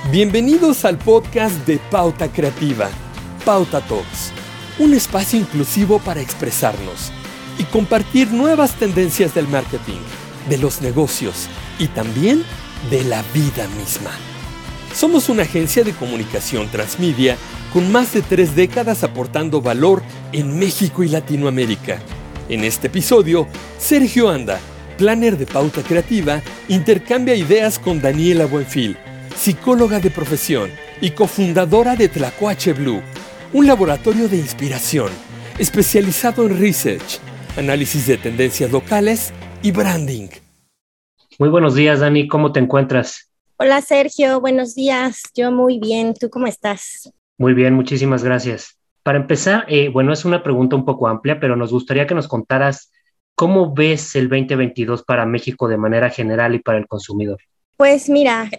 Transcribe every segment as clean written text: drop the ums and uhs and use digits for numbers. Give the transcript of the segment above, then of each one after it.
Bienvenidos al podcast de Pauta Creativa, Pauta Talks, un espacio inclusivo para expresarnos y compartir nuevas tendencias del marketing, de los negocios y también de la vida misma. Somos una agencia de comunicación transmedia con más de 3 décadas aportando valor en México y Latinoamérica. En este episodio, Sergio Anda, planner de Pauta Creativa, intercambia ideas con Daniela Buenfil, psicóloga de profesión y cofundadora de Tlacuache Blue, un laboratorio de inspiración especializado en research, análisis de tendencias locales y branding. Muy buenos días, Dani. ¿Cómo te encuentras? Hola, Sergio. Buenos días. Yo muy bien. ¿Tú cómo estás? Muy bien, muchísimas gracias. Para empezar, es una pregunta un poco amplia, pero nos gustaría que nos contaras cómo ves el 2022 para México de manera general y para el consumidor. Pues mira,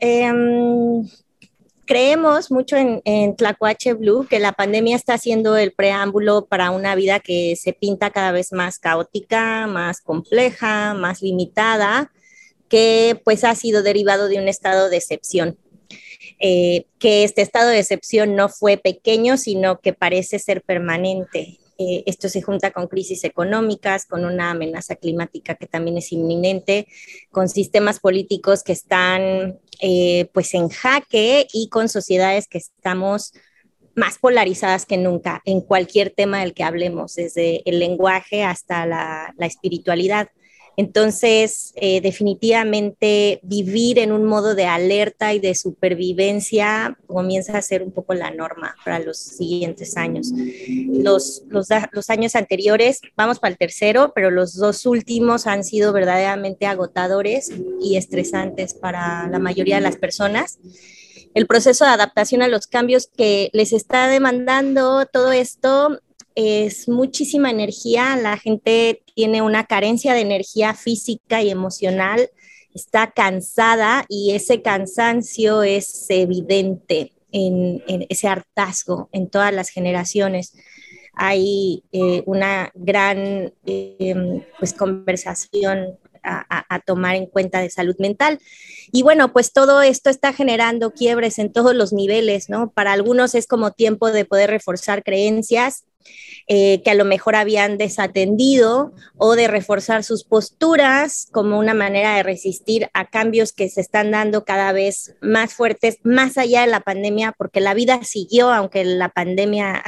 creemos mucho en Tlacuache Blue, que la pandemia está siendo el preámbulo para una vida que se pinta cada vez más caótica, más compleja, más limitada, que pues ha sido derivado de un estado de excepción. Que este estado de excepción no fue pequeño, sino que parece ser permanente. Esto se junta con crisis económicas, con una amenaza climática que también es inminente, con sistemas políticos que están pues en jaque y con sociedades que estamos más polarizadas que nunca en cualquier tema del que hablemos, desde el lenguaje hasta la espiritualidad. Entonces, definitivamente vivir en un modo de alerta y de supervivencia comienza a ser un poco la norma para los siguientes años. Los años anteriores, vamos para el tercero, pero los 2 últimos han sido verdaderamente agotadores y estresantes para la mayoría de las personas. El proceso de adaptación a los cambios que les está demandando todo esto es muchísima energía. La gente tiene una carencia de energía física y emocional, está cansada y ese cansancio es evidente en ese hartazgo en todas las generaciones. Hay una gran pues conversación a tomar en cuenta de salud mental. Y bueno, pues todo esto está generando quiebres en todos los niveles, ¿no? Para algunos es como tiempo de poder reforzar creencias que a lo mejor habían desatendido o de reforzar sus posturas como una manera de resistir a cambios que se están dando cada vez más fuertes, más allá de la pandemia, porque la vida siguió, aunque la pandemia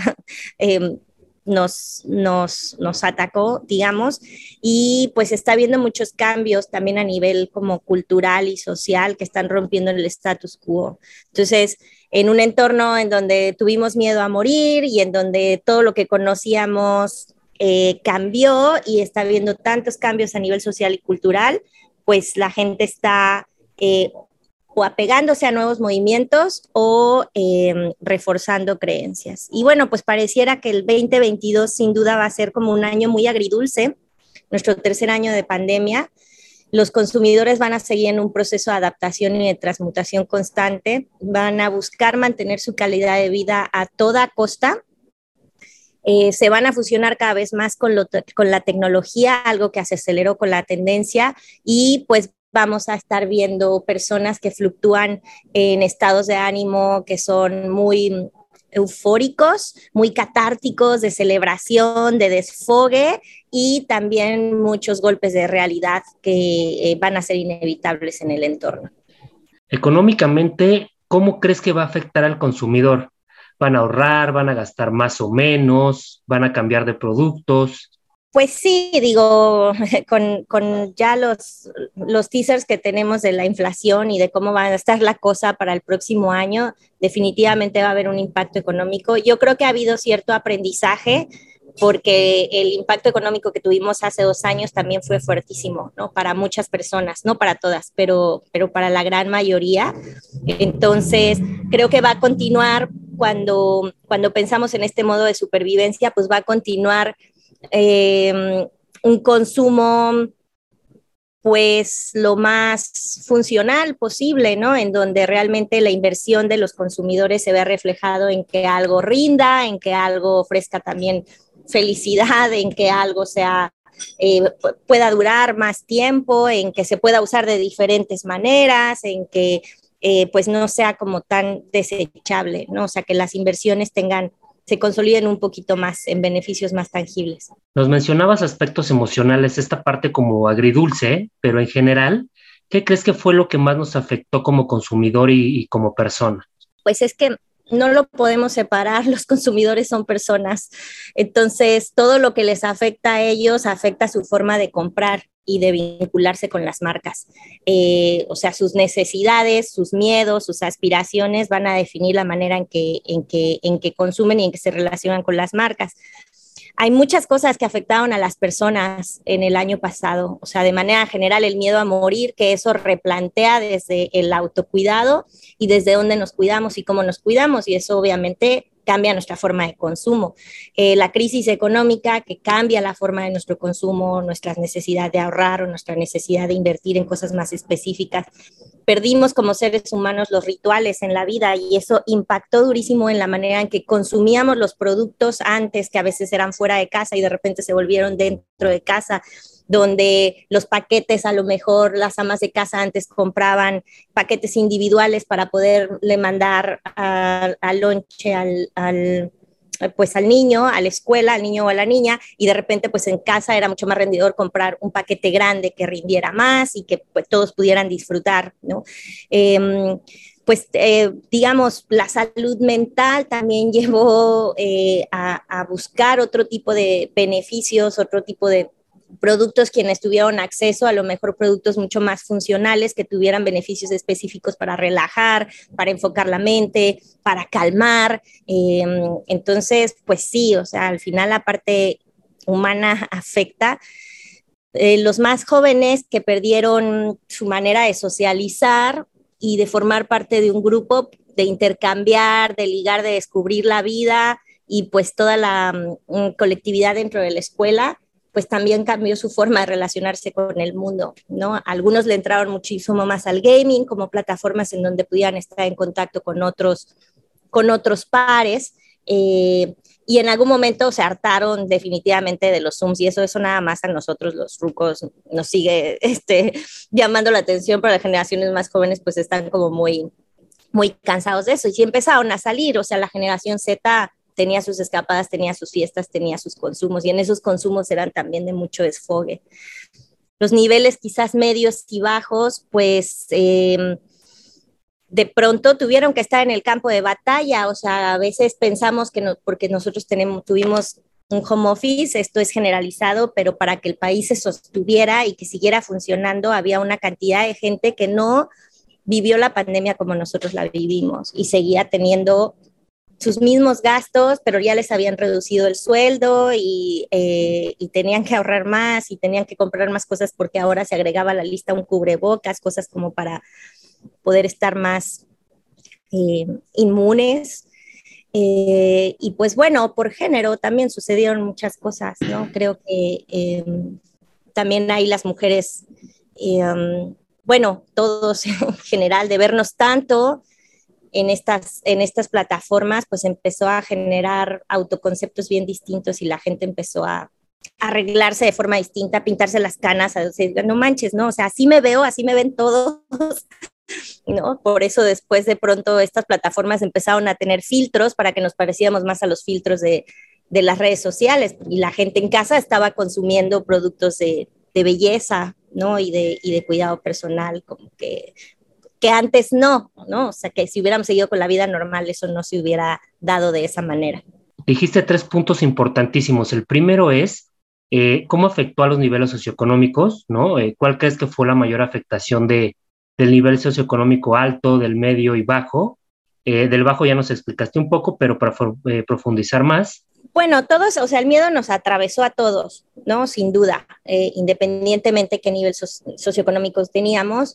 nos atacó, digamos, y pues está habiendo muchos cambios también a nivel como cultural y social que están rompiendo el status quo. Entonces, en un entorno en donde tuvimos miedo a morir y en donde todo lo que conocíamos cambió y está habiendo tantos cambios a nivel social y cultural, pues la gente está o apegándose a nuevos movimientos o reforzando creencias. Y bueno, pues pareciera que el 2022 sin duda va a ser como un año muy agridulce, nuestro tercer año de pandemia. Los consumidores van a seguir en un proceso de adaptación y de transmutación constante, van a buscar mantener su calidad de vida a toda costa, se van a fusionar cada vez más con la tecnología, algo que se aceleró con la tendencia, y pues vamos a estar viendo personas que fluctúan en estados de ánimo que son muy eufóricos, muy catárticos, de celebración, de desfogue, y también muchos golpes de realidad que van a ser inevitables en el entorno. Económicamente, ¿cómo crees que va a afectar al consumidor? ¿Van a ahorrar, van a gastar más o menos, van a cambiar de productos? Pues sí, digo, con ya los teasers que tenemos de la inflación y de cómo va a estar la cosa para el próximo año, definitivamente va a haber un impacto económico. Yo creo que ha habido cierto aprendizaje porque el impacto económico que tuvimos hace 2 años también fue fuertísimo, ¿no? Para muchas personas, no para todas, pero para la gran mayoría. Entonces, creo que va a continuar cuando pensamos en este modo de supervivencia, pues va a continuar un consumo pues lo más funcional posible, ¿no? En donde realmente la inversión de los consumidores se vea reflejado en que algo rinda, en que algo ofrezca también felicidad, en que algo sea pueda durar más tiempo, en que se pueda usar de diferentes maneras, en que pues no sea como tan desechable, ¿no? O sea, que las inversiones se consoliden un poquito más en beneficios más tangibles. Nos mencionabas aspectos emocionales, esta parte como agridulce, pero en general, ¿qué crees que fue lo que más nos afectó como consumidor y como persona? Pues es que no lo podemos separar, los consumidores son personas, entonces todo lo que les afecta a ellos afecta su forma de comprar y de vincularse con las marcas. O sea, sus necesidades, sus miedos, sus aspiraciones van a definir la manera en que consumen y en que se relacionan con las marcas. Hay muchas cosas que afectaron a las personas en el año pasado, o sea, de manera general el miedo a morir, que eso replantea desde el autocuidado y desde dónde nos cuidamos y cómo nos cuidamos, y eso obviamente cambia nuestra forma de consumo. La crisis económica que cambia la forma de nuestro consumo, nuestra necesidad de ahorrar o nuestra necesidad de invertir en cosas más específicas. Perdimos como seres humanos los rituales en la vida y eso impactó durísimo en la manera en que consumíamos los productos antes, que a veces eran fuera de casa y de repente se volvieron dentro de casa, donde los paquetes, a lo mejor las amas de casa antes compraban paquetes individuales para poderle mandar al lonche pues al niño, a la escuela, al niño o a la niña, y de repente pues en casa era mucho más rendidor comprar un paquete grande que rindiera más y que pues todos pudieran disfrutar, ¿no? Digamos, la salud mental también llevó a buscar otro tipo de beneficios, otro tipo de productos quienes tuvieron acceso, a lo mejor productos mucho más funcionales que tuvieran beneficios específicos para relajar, para enfocar la mente, para calmar. Entonces, pues sí, o sea, al final la parte humana afecta. Los más jóvenes que perdieron su manera de socializar y de formar parte de un grupo, de intercambiar, de ligar, de descubrir la vida y pues toda la colectividad dentro de la escuela, pues también cambió su forma de relacionarse con el mundo, ¿no? Algunos le entraron muchísimo más al gaming como plataformas en donde pudieran estar en contacto con otros pares, y en algún momento se hartaron definitivamente de los Zooms y eso nada más a nosotros los rucos nos sigue llamando la atención, pero las generaciones más jóvenes pues están como muy, muy cansados de eso y sí empezaron a salir, o sea, la generación Z tenía sus escapadas, tenía sus fiestas, tenía sus consumos y en esos consumos eran también de mucho desfogue. Los niveles quizás medios y bajos, pues de pronto tuvieron que estar en el campo de batalla, o sea, a veces pensamos que no, porque nosotros tuvimos un home office, esto es generalizado, pero para que el país se sostuviera y que siguiera funcionando, había una cantidad de gente que no vivió la pandemia como nosotros la vivimos y seguía teniendo sus mismos gastos, pero ya les habían reducido el sueldo y tenían que ahorrar más y tenían que comprar más cosas porque ahora se agregaba a la lista un cubrebocas, cosas como para poder estar más inmunes. Y pues bueno, por género también sucedieron muchas cosas, ¿no? Creo que también hay las mujeres, bueno, todos en general, de vernos tanto en estas plataformas, pues empezó a generar autoconceptos bien distintos y la gente empezó a arreglarse de forma distinta, a pintarse las canas, a decir, no manches, ¿no? O sea, así me veo, así me ven todos, ¿no? Por eso después de pronto estas plataformas empezaron a tener filtros para que nos pareciéramos más a los filtros de las redes sociales y la gente en casa estaba consumiendo productos de belleza, ¿no? Y de cuidado personal, como que antes no, ¿no? O sea, que si hubiéramos seguido con la vida normal, eso no se hubiera dado de esa manera. Dijiste 3 puntos importantísimos. El primero es cómo afectó a los niveles socioeconómicos, ¿no? ¿Cuál crees que fue la mayor afectación del nivel socioeconómico alto, del medio y bajo? Del bajo ya nos explicaste un poco, pero para profundizar más. Bueno, todos, o sea, el miedo nos atravesó a todos, ¿no? Sin duda, independientemente de qué nivel socioeconómico teníamos.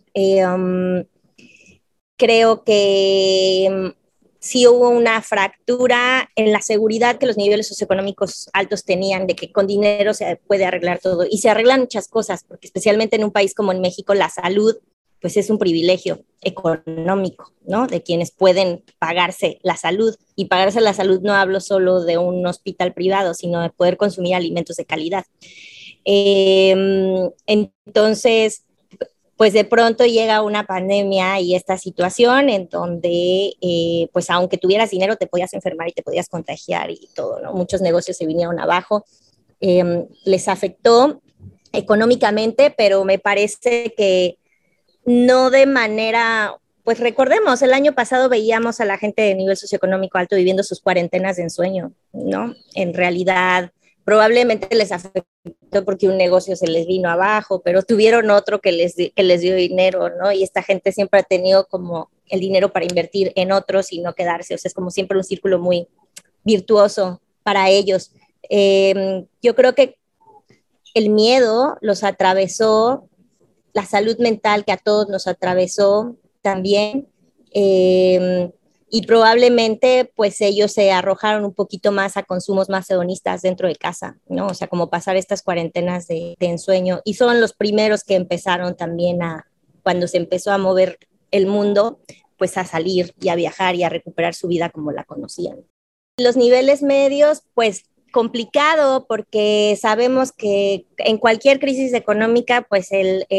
Creo que sí hubo una fractura en la seguridad que los niveles socioeconómicos altos tenían, de que con dinero se puede arreglar todo. Y se arreglan muchas cosas, porque especialmente en un país como en México, la salud pues es un privilegio económico, ¿no? De quienes pueden pagarse la salud. Y pagarse la salud no hablo solo de un hospital privado, sino de poder consumir alimentos de calidad. Entonces, pues de pronto llega una pandemia y esta situación en donde, pues aunque tuvieras dinero, te podías enfermar y te podías contagiar y todo, ¿no? Muchos negocios se vinieron abajo, les afectó económicamente, pero me parece que no de manera, pues recordemos, el año pasado veíamos a la gente de nivel socioeconómico alto viviendo sus cuarentenas de ensueño, ¿no? En realidad, probablemente les afectó porque un negocio se les vino abajo, pero tuvieron otro que les dio dinero, ¿no? Y esta gente siempre ha tenido como el dinero para invertir en otros y no quedarse, o sea, es como siempre un círculo muy virtuoso para ellos. Yo creo que el miedo los atravesó, la salud mental que a todos nos atravesó también, y probablemente pues ellos se arrojaron un poquito más a consumos más hedonistas dentro de casa, ¿no? O sea, como pasar estas cuarentenas de ensueño, y son los primeros que empezaron también cuando se empezó a mover el mundo, pues a salir y a viajar y a recuperar su vida como la conocían. Los niveles medios, pues complicado porque sabemos que en cualquier crisis económica, pues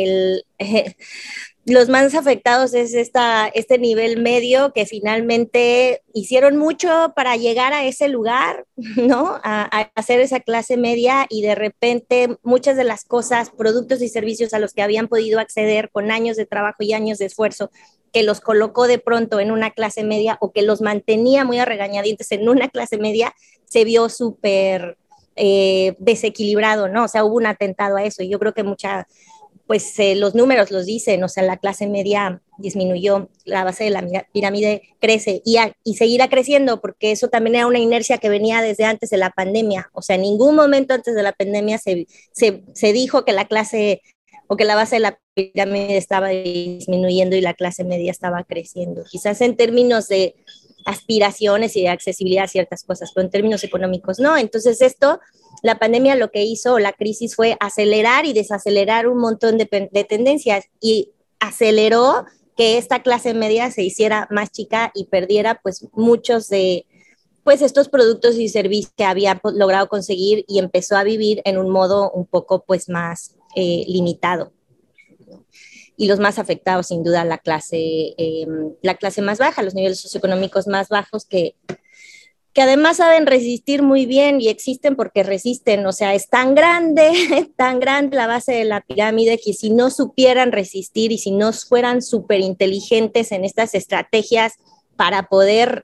los más afectados es este nivel medio que finalmente hicieron mucho para llegar a ese lugar, ¿no? A hacer esa clase media, y de repente muchas de las cosas, productos y servicios a los que habían podido acceder con años de trabajo y años de esfuerzo, que los colocó de pronto en una clase media o que los mantenía muy a regañadientes en una clase media, se vio súper desequilibrado, ¿no? O sea, hubo un atentado a eso, y yo creo que pues los números los dicen, o sea, la clase media disminuyó, la base de la pirámide crece y seguirá creciendo, porque eso también era una inercia que venía desde antes de la pandemia. O sea, en ningún momento antes de la pandemia se dijo que la clase o que la base de la pirámide estaba disminuyendo y la clase media estaba creciendo. Quizás en términos de aspiraciones y de accesibilidad a ciertas cosas, pero en términos económicos no. Entonces la pandemia lo que hizo, la crisis, fue acelerar y desacelerar un montón de tendencias, y aceleró que esta clase media se hiciera más chica y perdiera pues muchos de pues estos productos y servicios que había logrado conseguir, y empezó a vivir en un modo un poco pues más limitado. Y los más afectados, sin duda, la clase más baja, los niveles socioeconómicos más bajos, que además saben resistir muy bien y existen porque resisten. O sea, es tan grande la base de la pirámide, que si no supieran resistir y si no fueran súper inteligentes en estas estrategias para poder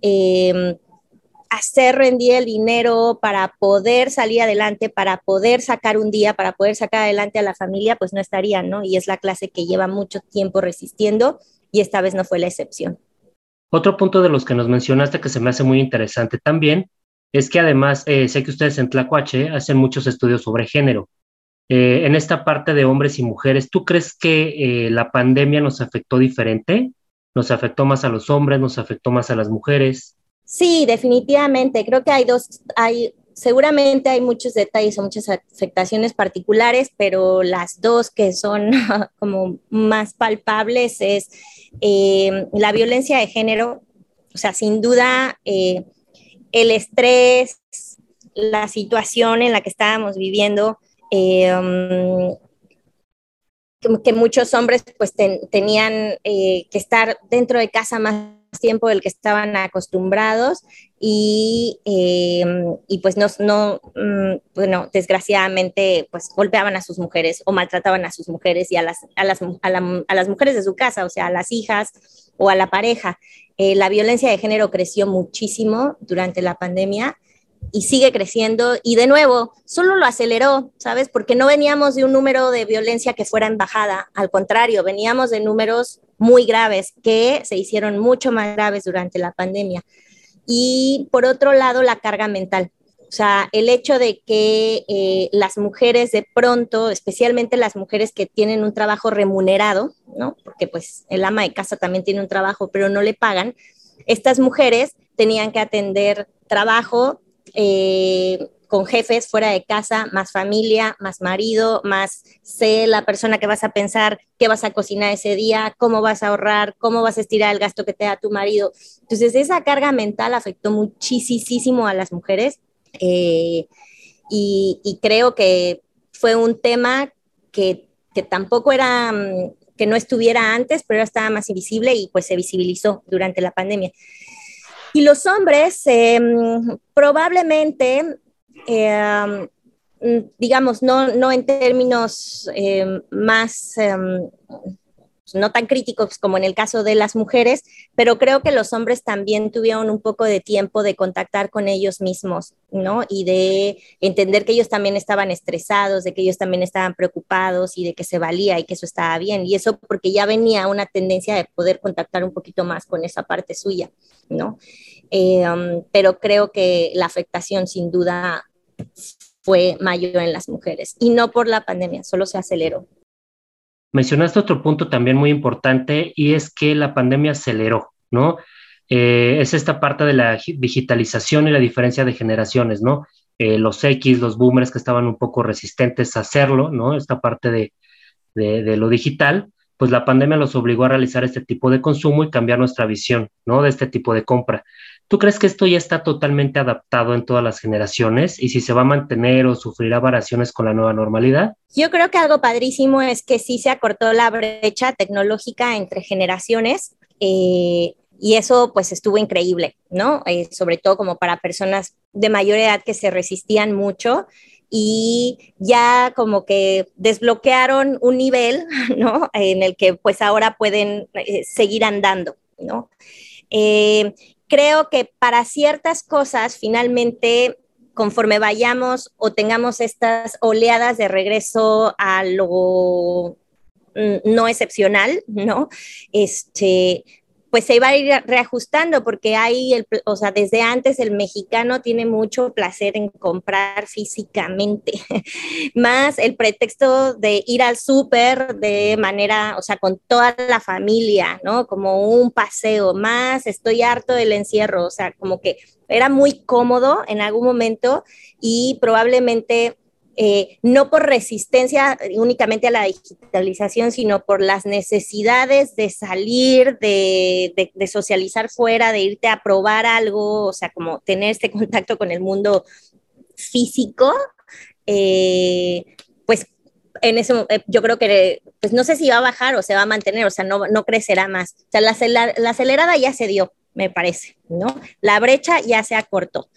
hacer rendir el dinero, para poder salir adelante, para poder sacar un día, para poder sacar adelante a la familia, pues no estarían, ¿no? Y es la clase que lleva mucho tiempo resistiendo, y esta vez no fue la excepción. Otro punto de los que nos mencionaste que se me hace muy interesante también es que además sé que ustedes en Tlacuache hacen muchos estudios sobre género. En esta parte de hombres y mujeres, ¿tú crees que la pandemia nos afectó diferente? ¿Nos afectó más a los hombres? ¿Nos afectó más a las mujeres? Sí, definitivamente. Creo que seguramente hay muchos detalles o muchas afectaciones particulares, pero las dos que son como más palpables es la violencia de género. O sea, sin duda, el estrés, la situación en la que estábamos viviendo, que muchos hombres pues tenían que estar dentro de casa más tiempo del que estaban acostumbrados, y pues bueno, desgraciadamente pues golpeaban a sus mujeres o maltrataban a sus mujeres y a las mujeres de su casa, o sea, a las hijas o a la pareja. La violencia de género creció muchísimo durante la pandemia y sigue creciendo, y de nuevo, solo lo aceleró, ¿sabes? Porque no veníamos de un número de violencia que fuera en bajada, al contrario, veníamos de números muy graves que se hicieron mucho más graves durante la pandemia. Y por otro lado, la carga mental. O sea, el hecho de que las mujeres de pronto, especialmente las mujeres que tienen un trabajo remunerado, ¿no? Porque pues el ama de casa también tiene un trabajo, pero no le pagan. Estas mujeres tenían que atender trabajo, con jefes fuera de casa, más familia, más marido, más sé la persona que vas a pensar qué vas a cocinar ese día, cómo vas a ahorrar, cómo vas a estirar el gasto que te da tu marido. Entonces esa carga mental afectó muchísimo a las mujeres, y creo que fue un tema que tampoco era que no estuviera antes, pero ahora estaba más invisible y pues se visibilizó durante la pandemia. Y los hombres probablemente, digamos, no en términos más no tan críticos como en el caso de las mujeres, pero creo que los hombres también tuvieron un poco de tiempo de contactar con ellos mismos, ¿no? Y de entender que ellos también estaban estresados, de que ellos también estaban preocupados y de que se valía y que eso estaba bien. Y eso porque ya venía una tendencia de poder contactar un poquito más con esa parte suya, ¿no? Pero creo que la afectación sin duda fue mayor en las mujeres y no por la pandemia, solo se aceleró. Mencionaste otro punto también muy importante y es que la pandemia aceleró, ¿no? Es esta parte de la digitalización y la diferencia de generaciones, ¿no? Los X, los boomers que estaban un poco resistentes a hacerlo, ¿no? Esta parte de lo digital, pues la pandemia los obligó a realizar este tipo de consumo y cambiar nuestra visión, ¿no? De este tipo de compra. ¿Tú crees que esto ya está totalmente adaptado en todas las generaciones y si se va a mantener o sufrirá variaciones con la nueva normalidad? Yo creo que algo padrísimo es que sí se acortó la brecha tecnológica entre generaciones y eso pues estuvo increíble, ¿no? Sobre todo como para personas de mayor edad que se resistían mucho y ya como que desbloquearon un nivel, ¿no? En el que pues ahora pueden seguir andando, ¿no? Creo que para ciertas cosas finalmente conforme vayamos o tengamos estas oleadas de regreso a lo no excepcional, ¿no? Pues se va a ir reajustando porque hay, o sea, desde antes el mexicano tiene mucho placer en comprar físicamente, más el pretexto de ir al súper de manera, o sea, con toda la familia, ¿no? Como un paseo, más estoy harto del encierro, o sea, como que era muy cómodo en algún momento y probablemente no por resistencia únicamente a la digitalización, sino por las necesidades de salir, de socializar fuera, de irte a probar algo, o sea, como tener este contacto con el mundo físico, pues en eso yo creo que pues no sé si va a bajar o se va a mantener, o sea, no crecerá más. O sea, la acelerada ya se dio, me parece, ¿no? La brecha ya se acortó.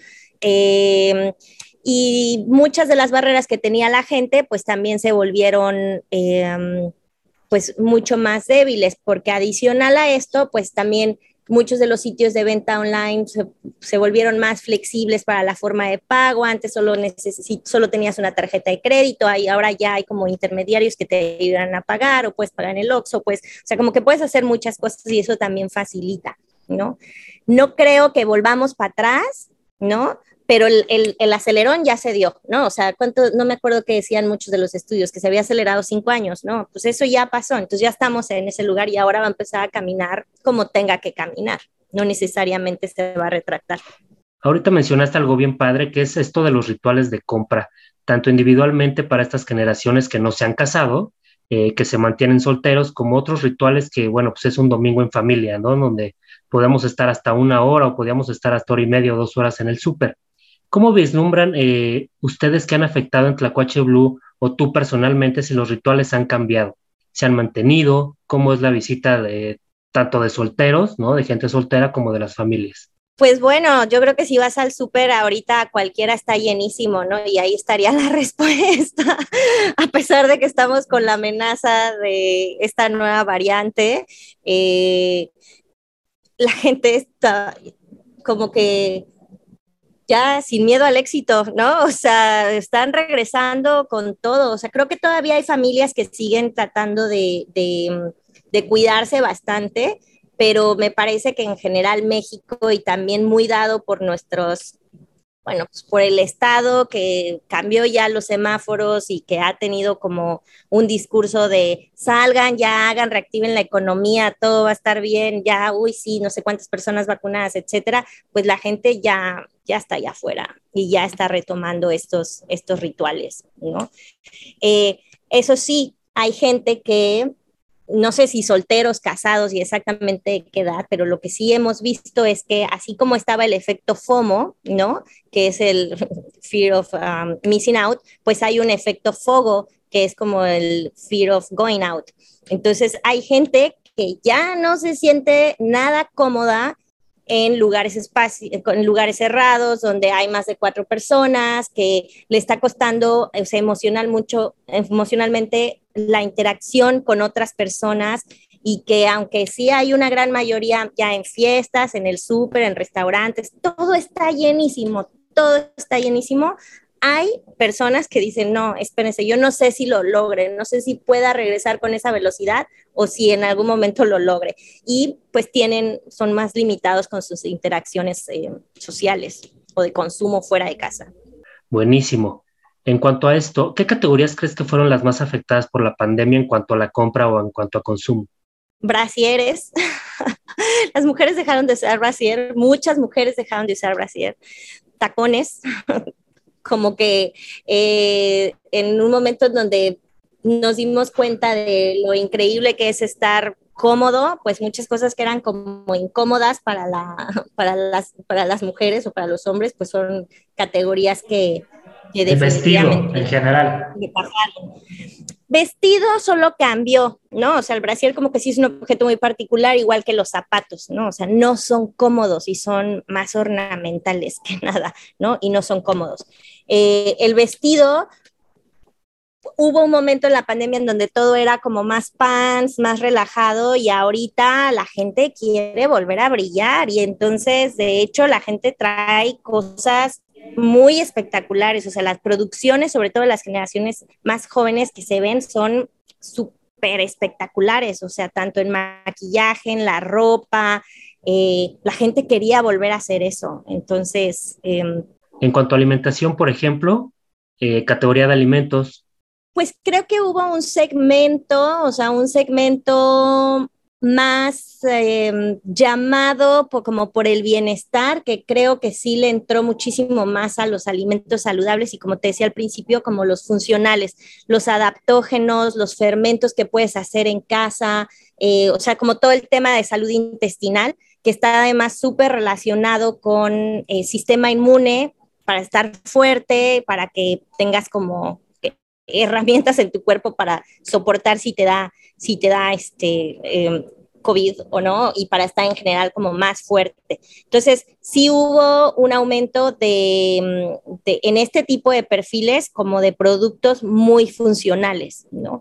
Y muchas de las barreras que tenía la gente, pues también se volvieron pues mucho más débiles, porque adicional a esto, pues también muchos de los sitios de venta online se volvieron más flexibles para la forma de pago. Antes solo tenías una tarjeta de crédito, ahora ya hay como intermediarios que te ayudan a pagar o puedes pagar en el Oxxo, pues, o sea, como que puedes hacer muchas cosas y eso también facilita, ¿no? No creo que volvamos para atrás, ¿no? Pero el acelerón ya se dio, ¿no? O sea, no me acuerdo que decían muchos de los estudios, que se había acelerado 5 años, ¿no? Pues eso ya pasó, entonces ya estamos en ese lugar y ahora va a empezar a caminar como tenga que caminar, no necesariamente se va a retractar. Ahorita mencionaste algo bien padre, que es esto de los rituales de compra, tanto individualmente para estas generaciones que no se han casado, que se mantienen solteros, como otros rituales que, bueno, pues es un domingo en familia, ¿no? Donde podemos estar hasta 1 hora o podíamos estar hasta 1 hora y media o 2 horas en el súper. ¿Cómo vislumbran ustedes que han afectado en Tlacuache Blue o tú personalmente si los rituales han cambiado? ¿Se han mantenido? ¿Cómo es la visita de tanto de solteros, ¿no? De gente soltera como de las familias? Pues bueno, yo creo que si vas al súper ahorita cualquiera está llenísimo, ¿no? Y ahí estaría la respuesta, a pesar de que estamos con la amenaza de esta nueva variante, la gente está como que ya sin miedo al éxito, ¿no? O sea, están regresando con todo. O sea, creo que todavía hay familias que siguen tratando de cuidarse bastante, pero me parece que en general México y también muy dado por nuestros, bueno, pues por el Estado que cambió ya los semáforos y que ha tenido como un discurso de salgan, ya hagan, reactiven la economía, todo va a estar bien, ya, uy, sí, no sé cuántas personas vacunadas, etcétera, pues la gente ya está allá afuera y ya está retomando estos rituales, ¿no? Eso sí, hay gente que no sé si solteros, casados y exactamente qué edad, pero lo que sí hemos visto es que así como estaba el efecto FOMO, ¿no? Que es el Fear of Missing Out, pues hay un efecto FOGO, que es como el fear of going out. Entonces hay gente que ya no se siente nada cómoda en en lugares cerrados, donde hay más de 4 personas, que le está costando emocionalmente la interacción con otras personas, y que aunque sí hay una gran mayoría ya en fiestas, en el súper, en restaurantes, todo está llenísimo, hay personas que dicen, no, espérense, yo no sé si lo logre, no sé si pueda regresar con esa velocidad o si en algún momento lo logre. Y pues son más limitados con sus interacciones sociales o de consumo fuera de casa. Buenísimo. En cuanto a esto, ¿qué categorías crees que fueron las más afectadas por la pandemia en cuanto a la compra o en cuanto a consumo? Brasieres. Las mujeres dejaron de usar brasier, muchas mujeres dejaron de usar brasier. Tacones, como que en un momento en donde nos dimos cuenta de lo increíble que es estar cómodo, pues muchas cosas que eran como incómodas para las mujeres o para los hombres, pues son categorías que El vestido, definitivamente en general. pasaron. Vestido solo cambió, ¿no? O sea, el brasier como que sí es un objeto muy particular, igual que los zapatos, ¿no? O sea, no son cómodos y son más ornamentales que nada, ¿no? Y no son cómodos. El vestido, hubo un momento en la pandemia en donde todo era como más pants, más relajado, y ahorita la gente quiere volver a brillar, y entonces, de hecho, la gente trae cosas muy espectaculares. O sea, las producciones, sobre todo las generaciones más jóvenes que se ven, son súper espectaculares, o sea, tanto en maquillaje, en la ropa, la gente quería volver a hacer eso. Entonces, En cuanto a alimentación, por ejemplo, categoría de alimentos, pues creo que hubo un segmento, o sea, un segmento más llamado como por el bienestar, que creo que sí le entró muchísimo más a los alimentos saludables y, como te decía al principio, como los funcionales, los adaptógenos, los fermentos que puedes hacer en casa, o sea, como todo el tema de salud intestinal, que está además súper relacionado con el sistema inmune, para estar fuerte, para que tengas como herramientas en tu cuerpo para soportar si te da COVID o no, y para estar en general como más fuerte. Entonces, sí hubo un aumento en este tipo de perfiles como de productos muy funcionales, ¿no?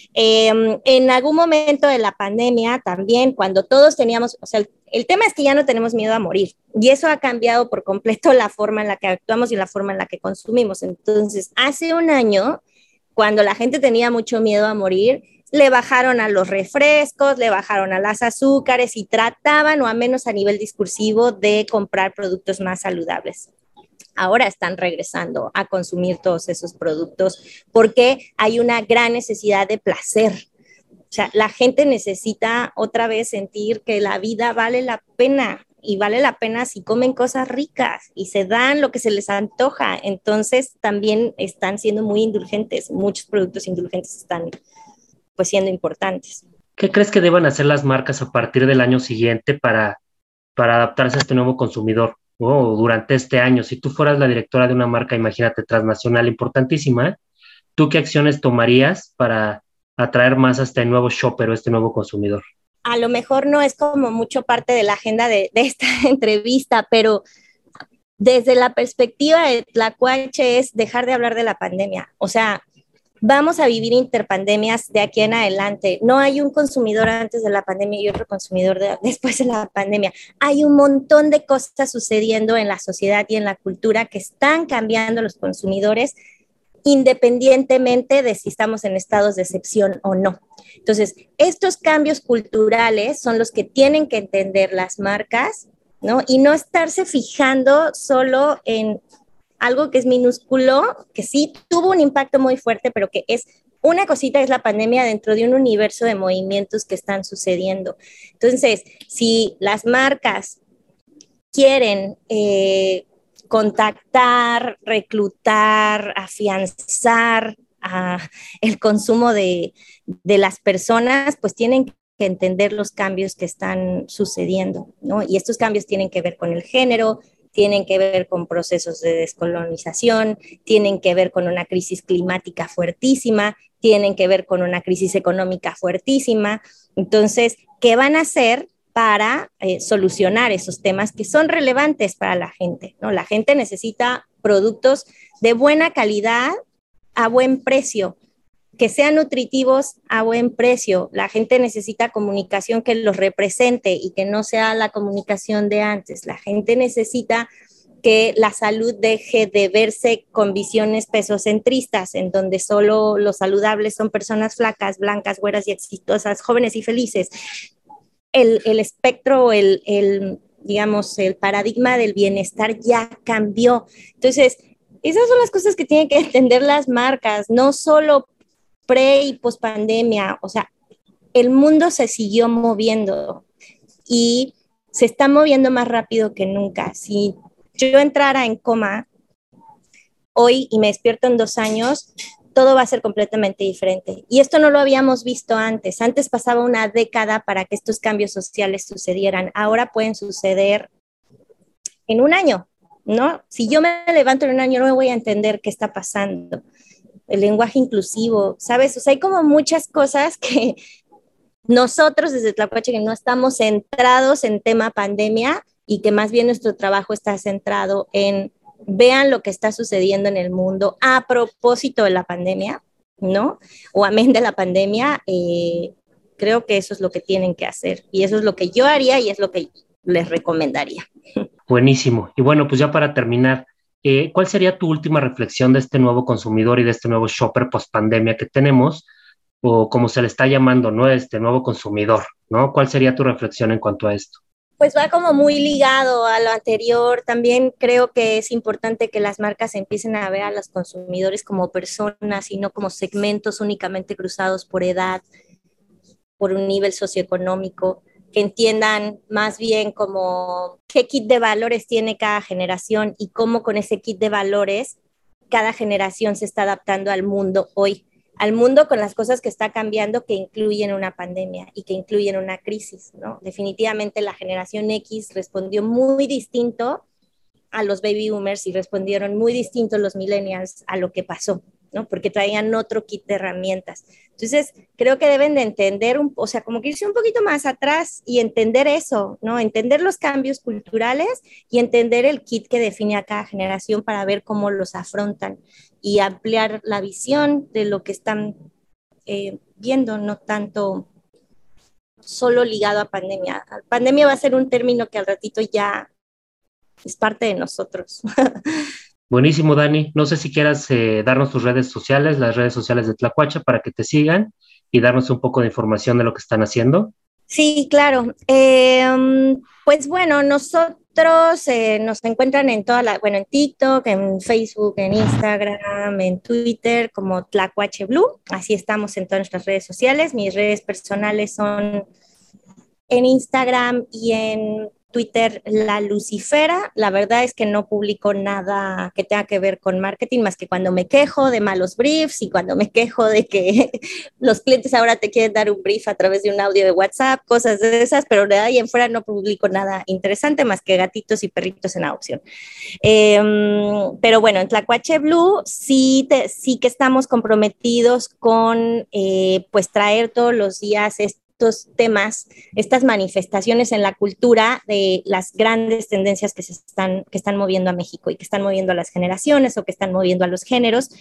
En algún momento de la pandemia también, cuando todos teníamos, o sea, el tema es que ya no tenemos miedo a morir, y eso ha cambiado por completo la forma en la que actuamos y la forma en la que consumimos. Entonces, hace un año, cuando la gente tenía mucho miedo a morir, le bajaron a los refrescos, le bajaron a las azúcares y trataban, o a menos a nivel discursivo, de comprar productos más saludables. Ahora están regresando a consumir todos esos productos porque hay una gran necesidad de placer. O sea, la gente necesita otra vez sentir que la vida vale la pena, y vale la pena si comen cosas ricas y se dan lo que se les antoja. Entonces también están siendo muy indulgentes, muchos productos indulgentes están pues siendo importantes. ¿qué crees que deban hacer las marcas a partir del año siguiente para adaptarse a este nuevo consumidor? O durante este año, si tú fueras la directora de una marca, imagínate, transnacional importantísima, ¿tú qué acciones tomarías para atraer más a este nuevo shopper o este nuevo consumidor? A lo mejor no es como mucho parte de la agenda de esta entrevista, pero desde la perspectiva de Tlacuache es dejar de hablar de la pandemia. O sea, vamos a vivir interpandemias de aquí en adelante. No hay un consumidor antes de la pandemia y otro consumidor después de la pandemia. Hay un montón de cosas sucediendo en la sociedad y en la cultura que están cambiando los consumidores, independientemente de si estamos en estados de excepción o no. Entonces, estos cambios culturales son los que tienen que entender las marcas, ¿no? Y no estarse fijando solo en algo que es minúsculo, que sí tuvo un impacto muy fuerte, pero que es una cosita, es la pandemia dentro de un universo de movimientos que están sucediendo. Entonces, si las marcas quieren contactar, reclutar, afianzar el consumo de las personas, pues tienen que entender los cambios que están sucediendo, ¿no? Y estos cambios tienen que ver con el género, tienen que ver con procesos de descolonización, tienen que ver con una crisis climática fuertísima, tienen que ver con una crisis económica fuertísima. Entonces, ¿qué van a hacer para solucionar esos temas que son relevantes para la gente, ¿no? La gente necesita productos de buena calidad a buen precio, que sean nutritivos a buen precio. La gente necesita comunicación que los represente y que no sea la comunicación de antes. La gente necesita que la salud deje de verse con visiones pesocentristas, en donde solo los saludables son personas flacas, blancas, güeras y exitosas, jóvenes y felices. El espectro, digamos, el paradigma del bienestar ya cambió. Entonces, esas son las cosas que tienen que entender las marcas, no solo pre y post pandemia. O sea, el mundo se siguió moviendo y se está moviendo más rápido que nunca. Si yo entrara en coma hoy y me despierto en 2 años, todo va a ser completamente diferente. Y esto no lo habíamos visto antes. Antes pasaba una década para que estos cambios sociales sucedieran. Ahora pueden suceder en 1 año, ¿no? Si yo me levanto en 1 año, no me voy a entender qué está pasando. El lenguaje inclusivo, ¿sabes? O sea, hay como muchas cosas que nosotros desde Tlacuache que no estamos centrados en tema pandemia y que más bien nuestro trabajo está centrado en vean lo que está sucediendo en el mundo a propósito de la pandemia, ¿no? O amén de la pandemia, creo que eso es lo que tienen que hacer y eso es lo que yo haría y es lo que les recomendaría. Buenísimo. Y bueno, pues ya para terminar, ¿cuál sería tu última reflexión de este nuevo consumidor y de este nuevo shopper post pandemia que tenemos? O como se le está llamando, ¿no? Este nuevo consumidor, ¿no? ¿Cuál sería tu reflexión en cuanto a esto? Pues va como muy ligado a lo anterior. También creo que es importante que las marcas empiecen a ver a los consumidores como personas y no como segmentos únicamente cruzados por edad, por un nivel socioeconómico, que entiendan más bien como qué kit de valores tiene cada generación y cómo con ese kit de valores cada generación se está adaptando al mundo hoy, al mundo con las cosas que está cambiando que incluyen una pandemia y que incluyen una crisis, ¿no? Definitivamente la generación X respondió muy distinto a los baby boomers y respondieron muy distintos los millennials a lo que pasó, ¿no? Porque traían otro kit de herramientas. Entonces, creo que deben de entender, o sea, como que irse un poquito más atrás y entender eso, ¿no? Entender los cambios culturales y entender el kit que define a cada generación para ver cómo los afrontan y ampliar la visión de lo que están viendo, no tanto solo ligado a pandemia. Pandemia va a ser un término que al ratito ya es parte de nosotros. Buenísimo, Dani. No sé si quieras darnos tus redes sociales, las redes sociales de Tlacuache, para que te sigan y darnos un poco de información de lo que están haciendo. Sí, claro. Pues bueno, nosotros nos encuentran en en TikTok, en Facebook, en Instagram, en Twitter, como Tlacuache Blue. Así estamos en todas nuestras redes sociales. Mis redes personales son en Instagram y en Twitter La Lucifera. La verdad es que no publico nada que tenga que ver con marketing, más que cuando me quejo de malos briefs y cuando me quejo de que los clientes ahora te quieren dar un brief a través de un audio de WhatsApp, cosas de esas, pero de ahí en fuera no publico nada interesante más que gatitos y perritos en adopción. Pero bueno, en Tlacuache Blue sí que estamos comprometidos con pues traer todos los días estos temas, estas manifestaciones en la cultura de las grandes tendencias que están moviendo a México y que están moviendo a las generaciones o que están moviendo a los géneros.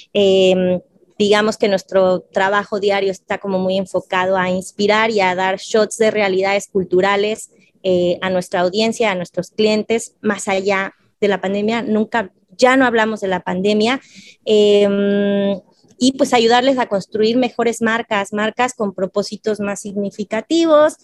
Digamos que nuestro trabajo diario está como muy enfocado a inspirar y a dar shots de realidades culturales a nuestra audiencia, a nuestros clientes, más allá de la pandemia. Ya no hablamos de la pandemia. Y pues ayudarles a construir mejores marcas con propósitos más significativos,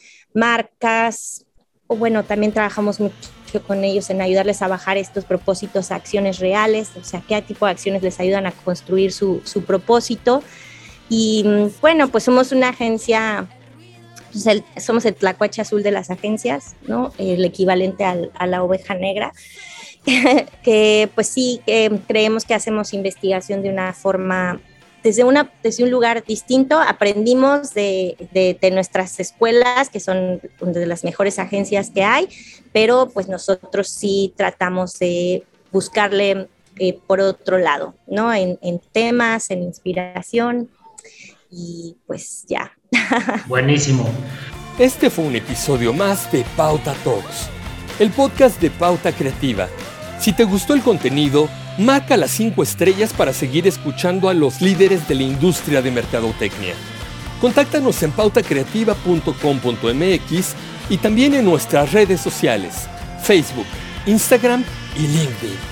también trabajamos mucho con ellos en ayudarles a bajar estos propósitos a acciones reales, o sea, qué tipo de acciones les ayudan a construir su propósito. Y bueno, pues somos una agencia, pues somos el Tlacuache azul de las agencias, ¿no? El equivalente a la oveja negra. Que pues sí, creemos que hacemos investigación de una forma desde un lugar distinto. Aprendimos de nuestras escuelas, que son una de las mejores agencias que hay, pero pues nosotros sí tratamos de buscarle por otro lado, ¿no? En temas, en inspiración. y pues ya. Buenísimo. Este fue un episodio más de Pauta Talks, el podcast de Pauta Creativa. Si te gustó el contenido, marca las 5 estrellas para seguir escuchando a los líderes de la industria de mercadotecnia. Contáctanos en pautacreativa.com.mx y también en nuestras redes sociales, Facebook, Instagram y LinkedIn.